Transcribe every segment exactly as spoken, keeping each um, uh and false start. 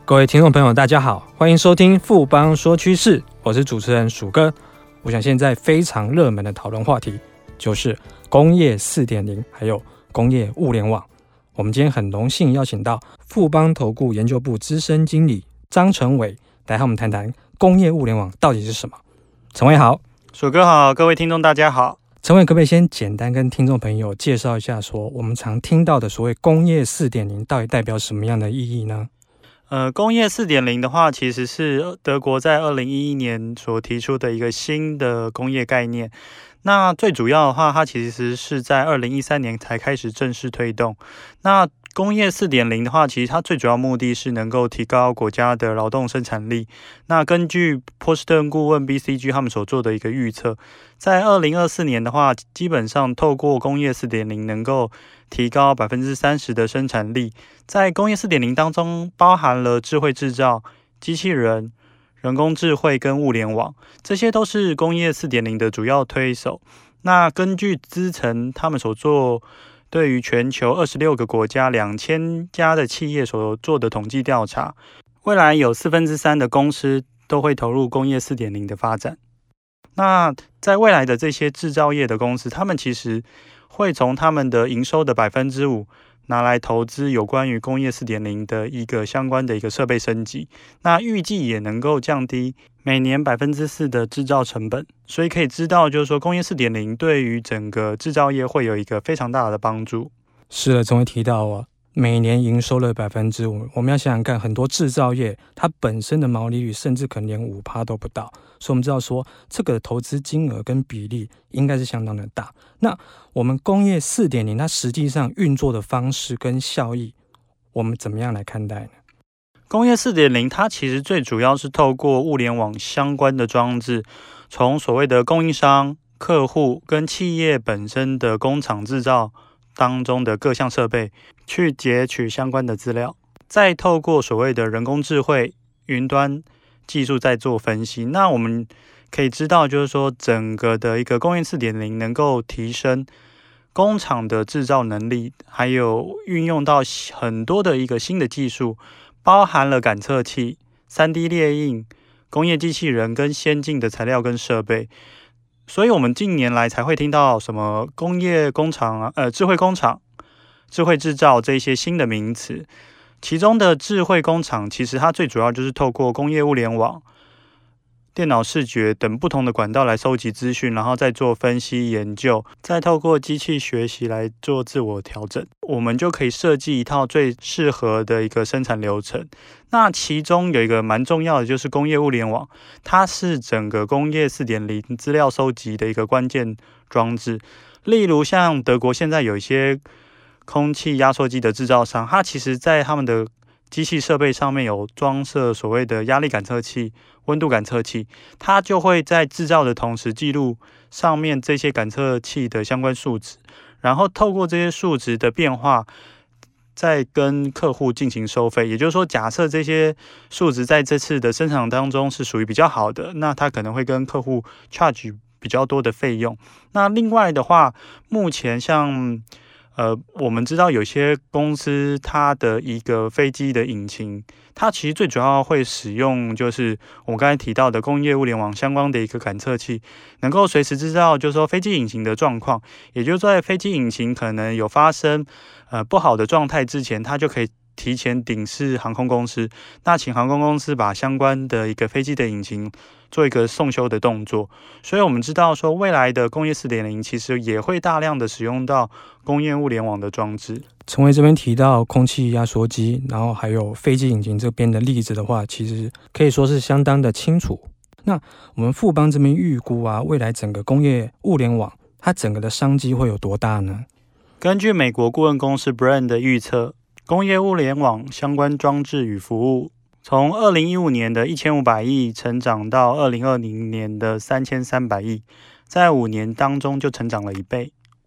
各位听众朋友大家好，欢迎收听富邦说趋势，我是主持人鼠哥。我想现在非常热门的讨论话题就是工业 四点零 还有工业物联网。我们今天很荣幸邀请到富邦投顾研究部资深经理张成伟来和我们谈谈工业物联网到底是什么。成伟好。 鼠哥好，各位听众大家好。 成伟可不可以先简单跟听众朋友介绍一下说我们常听到的所谓工业 四点零 到底代表什么样的意义呢？ 呃，工业 四点零 的话，其实是德国在二零一一年所提出的一个新的工业概念。那最主要的话，它其实是在二零一三年才开始正式推动。那工业 四点零 的话，其实它最主要目的是能够提高国家的劳动生产力。那根据波士顿顾问 B C G 他们所做的一个预测，在二零二四年的话，基本上透过工业 四点零 能够提高 百分之三十 的生产力。在工业 四点零 当中，包含了智慧制造、机器人、人工智慧跟物联网，这些都是工业 四点零 的主要推手。那根据资诚他们所做对于全球二十六个国家两千家的企业所做的统计调查，未来有四分之三的公司都会投入工业 四点零 的发展。那在未来的这些制造业的公司，他们其实会从他们的营收的 百分之五 拿来投资有关于工业 四点零 的一个相关的一个设备升级，那预计也能够降低每年 百分之四 的制造成本。所以可以知道就是说工业 四点零 对于整个制造业会有一个非常大的帮助。 是的，总会提到哦，每年营收的 百分之五， 我们要想想看，很多制造业它本身的毛利率甚至可能连 百分之五 都不到，所以我们知道说这个投资金额跟比例应该是相当的大。那我们工业 四点零 它实际上运作的方式跟效益，我们怎么样来看待呢？ 工业 四点零 它其实最主要是透过物联网相关的装置，从所谓的供应商、客户跟企业本身的工厂制造当中的各项设备去截取相关的资料，再透过所谓的人工智慧、云端技术再做分析。那我们可以知道就是说整个的一个工业 四点零 能够提升工厂的制造能力，还有运用到很多的一个新的技术，包含了感测器、三 D 列印、工业机器人跟先进的材料跟设备。所以我们近年来才会听到什么工业工厂啊、呃智慧工厂、智慧制造这些新的名词。其中的智慧工厂其实它最主要就是透过工业物联网、电脑视觉等不同的管道来收集资讯，然后再做分析研究，再透过机器学习来做自我调整，我们就可以设计一套最适合的一个生产流程。那其中有一个蛮重要的就是工业物联网，它是整个工业 四点零 资料收集的一个关键装置。例如像德国现在有一些空气压缩机的制造商，它其实在他们的机器设备上面有装设所谓的压力感测器、温度感测器，它就会在制造的同时记录上面这些感测器的相关数值，然后透过这些数值的变化再跟客户进行收费。也就是说，假设这些数值在这次的生产当中是属于比较好的，那它可能会跟客户 charge 比较多的费用。那另外的话，目前像呃，我们知道有些公司它的一个飞机的引擎，它其实最主要会使用就是我们刚才提到的工业物联网相关的一个感测器，能够随时知道就是说飞机引擎的状况，也就是在飞机引擎可能有发生呃不好的状态之前，它就可以提前警示航空公司，那请航空公司把相关的一个飞机的引擎做一个送修的动作。所以我们知道说未来的工业 四点零 其实也会大量的使用到工业物联网的装置。 成伟这边提到空气压缩机，然后还有飞机引擎这边的例子的话，其实可以说是相当的清楚。那我们富邦这边预估啊，未来整个工业物联网它整个的商机会有多大呢？ 根据美国顾问公司 Brand 的预测，工业物联网相关装置与服务从二零一五年的一千五百亿成长到二零二零年的三千三百亿，在五年当中就成长了一倍。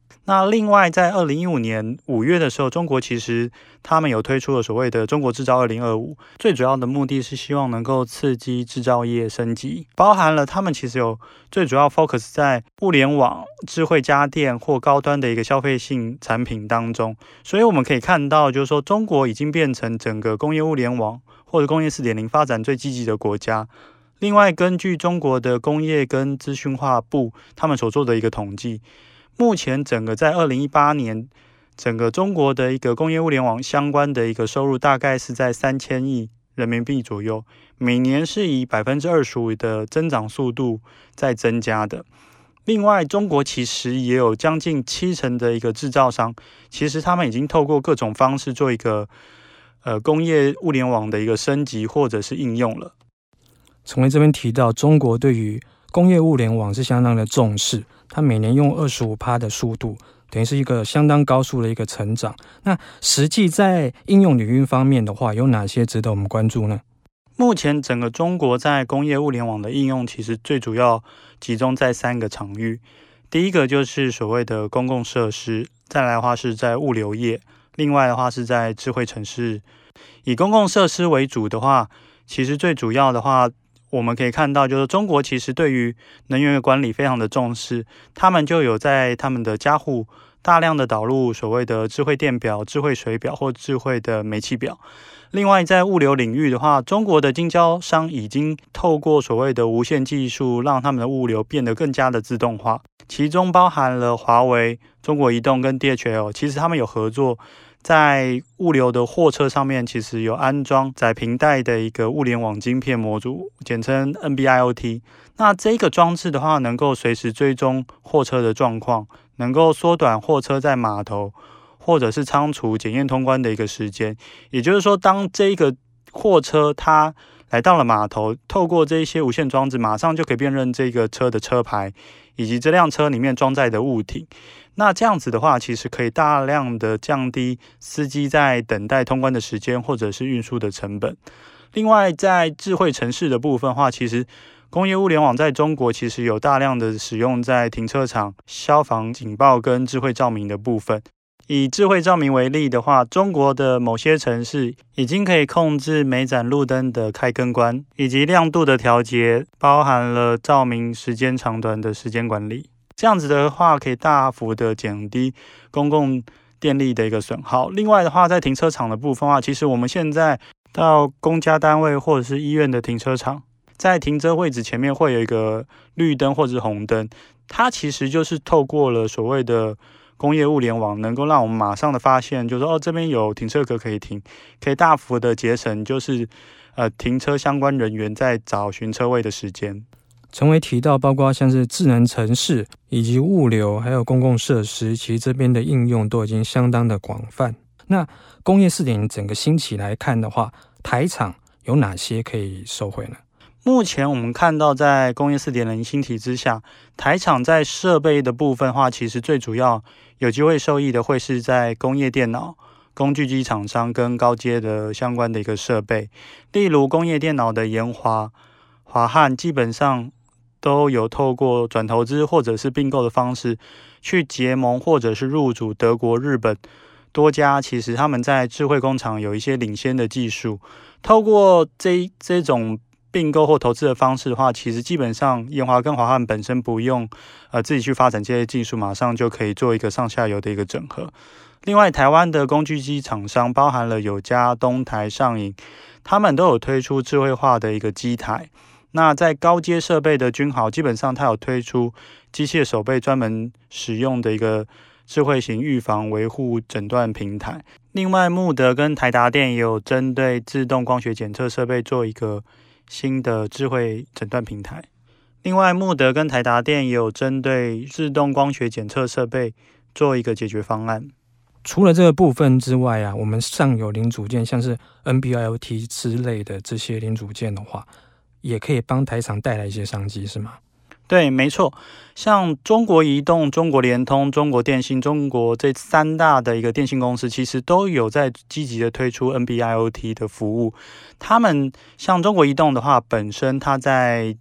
那另外在二零一五年五月的时候，中国其实他们有推出了所谓的中国制造二零二五，最主要的目的是希望能够刺激制造业升级，包含了他们其实有最主要 focus 在物联网、智慧家电或高端的一个消费性产品当中。所以我们可以看到，就是说中国已经变成整个工业物联网或者工业 四点零 发展最积极的国家。另外，根据中国的工业跟资讯化部他们所做的一个统计，目前整个在二零一八年，整个中国的一个工业物联网相关的一个收入大概是在三千亿人民币左右，每年是以百分之二十五的增长速度在增加的。另外，中国其实也有将近七成的一个制造商，其实他们已经透过各种方式做一个呃工业物联网的一个升级或者是应用了。 从这边提到，中国对于工业物联网是相当的重视，它每年用 百分之二十五 的速度，等于是一个相当高速的一个成长。那实际在应用领域方面的话，有哪些值得我们关注呢？ 目前整个中国在工业物联网的应用，其实最主要集中在三个场域。第一个就是所谓的公共设施，再来的话是在物流业，另外的话是在智慧城市。以公共设施为主的话，其实最主要的话，我们可以看到，就是中国其实对于能源的管理非常的重视，他们就有在他们的家户大量的导入所谓的智慧电表、智慧水表或智慧的煤气表。另外，在物流领域的话，中国的经销商已经透过所谓的无线技术，让他们的物流变得更加的自动化，其中包含了华为、中国移动跟 D H L， 其实他们有合作，在物流的货车上面其实有安装载平带的一个物联网晶片模组，简称 N B I O T。 那这个装置的话，能够随时追踪货车的状况，能够缩短货车在码头或者是仓储检验通关的一个时间。也就是说，当这个货车它来到了码头，透过这些无线装置，马上就可以辨认这个车的车牌以及这辆车里面装载的物体。那这样子的话，其实可以大量的降低司机在等待通关的时间，或者是运输的成本。另外，在智慧城市的部分的话，其实工业物联网在中国其实有大量的使用在停车场、消防警报跟智慧照明的部分。以智慧照明为例的话，中国的某些城市已经可以控制每盏路灯的开跟关，以及亮度的调节，包含了照明时间长短的时间管理。这样子的话，可以大幅的减低公共电力的一个损耗。另外的话，在停车场的部分的话，其实我们现在到公家单位或者是医院的停车场，在停车位置前面会有一个绿灯或者是红灯，它其实就是透过了所谓的工业物联网，能够让我们马上的发现，就是说哦，这边有停车格可以停，可以大幅的节省就是呃停车相关人员在找寻车位的时间。 陈维提到，包括像是智能城市以及物流，还有公共设施，其实这边的应用都已经相当的广泛。那工业 四点零 整个兴起来看的话，台厂有哪些可以受惠呢？ 目前我们看到，在工业 四点零 兴起之下，台厂在设备的部分的话，其实最主要有机会受益的会是在工业电脑、工具机厂商跟高阶的相关的一个设备，例如工业电脑的研华、华汉，基本上都有透过转投资或者是并购的方式去结盟或者是入主德国、日本多家，其实他们在智慧工厂有一些领先的技术。透过这这种并购或投资的方式的话，其实基本上研华跟华汉本身不用呃自己去发展这些技术，马上就可以做一个上下游的一个整合。另外，台湾的工具机厂商包含了友嘉、东台、上影，他们都有推出智慧化的一个机台。那在高阶设备的君豪，基本上它有推出机械手背专门使用的一个智慧型预防维护诊断平台。另外，穆德跟台达电也有针对自动光学检测设备做一个新的智慧诊断平台。另外，穆德跟台达电也有针对自动光学检测设备做一个解决方案。 除了这个部分之外啊，我们上游零组件，像是 N B I O T 之类的这些零组件的话，也可以帮台厂带来一些商机，是吗？ 对，没错。像中国移动、中国联通、中国电信、中国这三大的一个电信公司，其实都有在积极的推出 N B I O T 的服务。他们像中国移动的话，本身它在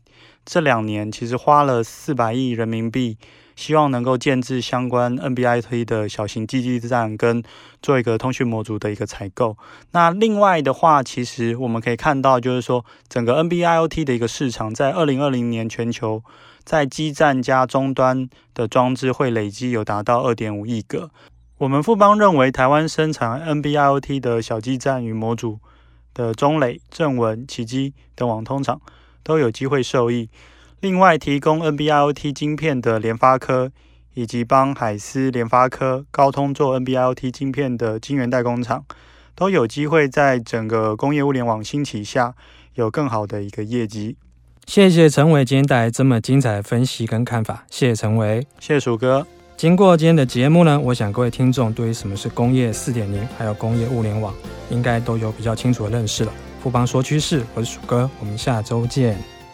这两年其实花了四百亿人民币，希望能够建置相关 N B I O T 的小型基地站跟做一个通讯模组的一个采购。那另外的话，其实我们可以看到，就是说整个 N B I O T 的一个市场，在二零二零年全球在基站加终端的装置会累积有达到 二点五亿个。我们富邦认为，台湾生产 N B I O T 的小基站与模组的中磊、正文、启基等网通厂都有机会受益。另外，提供 N B I O T 晶片的联发科，以及帮海思、联发科、高通做 N B I O T 晶片的晶圆代工厂，都有机会在整个工业物联网兴起下，有更好的一个业绩。 谢谢陈伟今天带来这么精彩的分析跟看法，谢谢陈伟， 谢谢鼠哥。 经过今天的节目呢，我想各位听众对于什么是工业 四点零 还有工业物联网，应该都有比较清楚的认识了。富邦说趋势，我是鼠哥，我们下周见。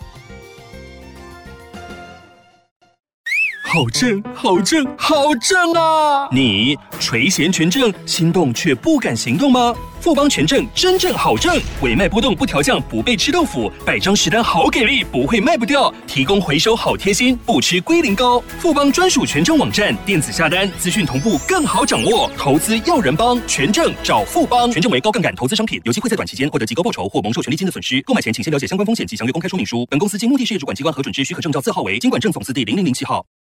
好正，好正，好正啊！你垂涎全正，心动却不敢行动吗？富邦全正真正好正，尾脉波动不调降，不被吃豆腐，百张实单好给力，不会卖不掉，提供回收好贴心，不吃龟苓膏。富邦专属全正网站，电子下单资讯同步更好掌握，投资要人帮，全正找富邦。全正为高杠杆投资商品，有机会在短期间获得极高报酬或蒙受权利金的损失。购买前请先了解相关风险及详阅公开说明书。本公司经目的事业主管机关核准之许可证照字号为金管证总字第零零零七号。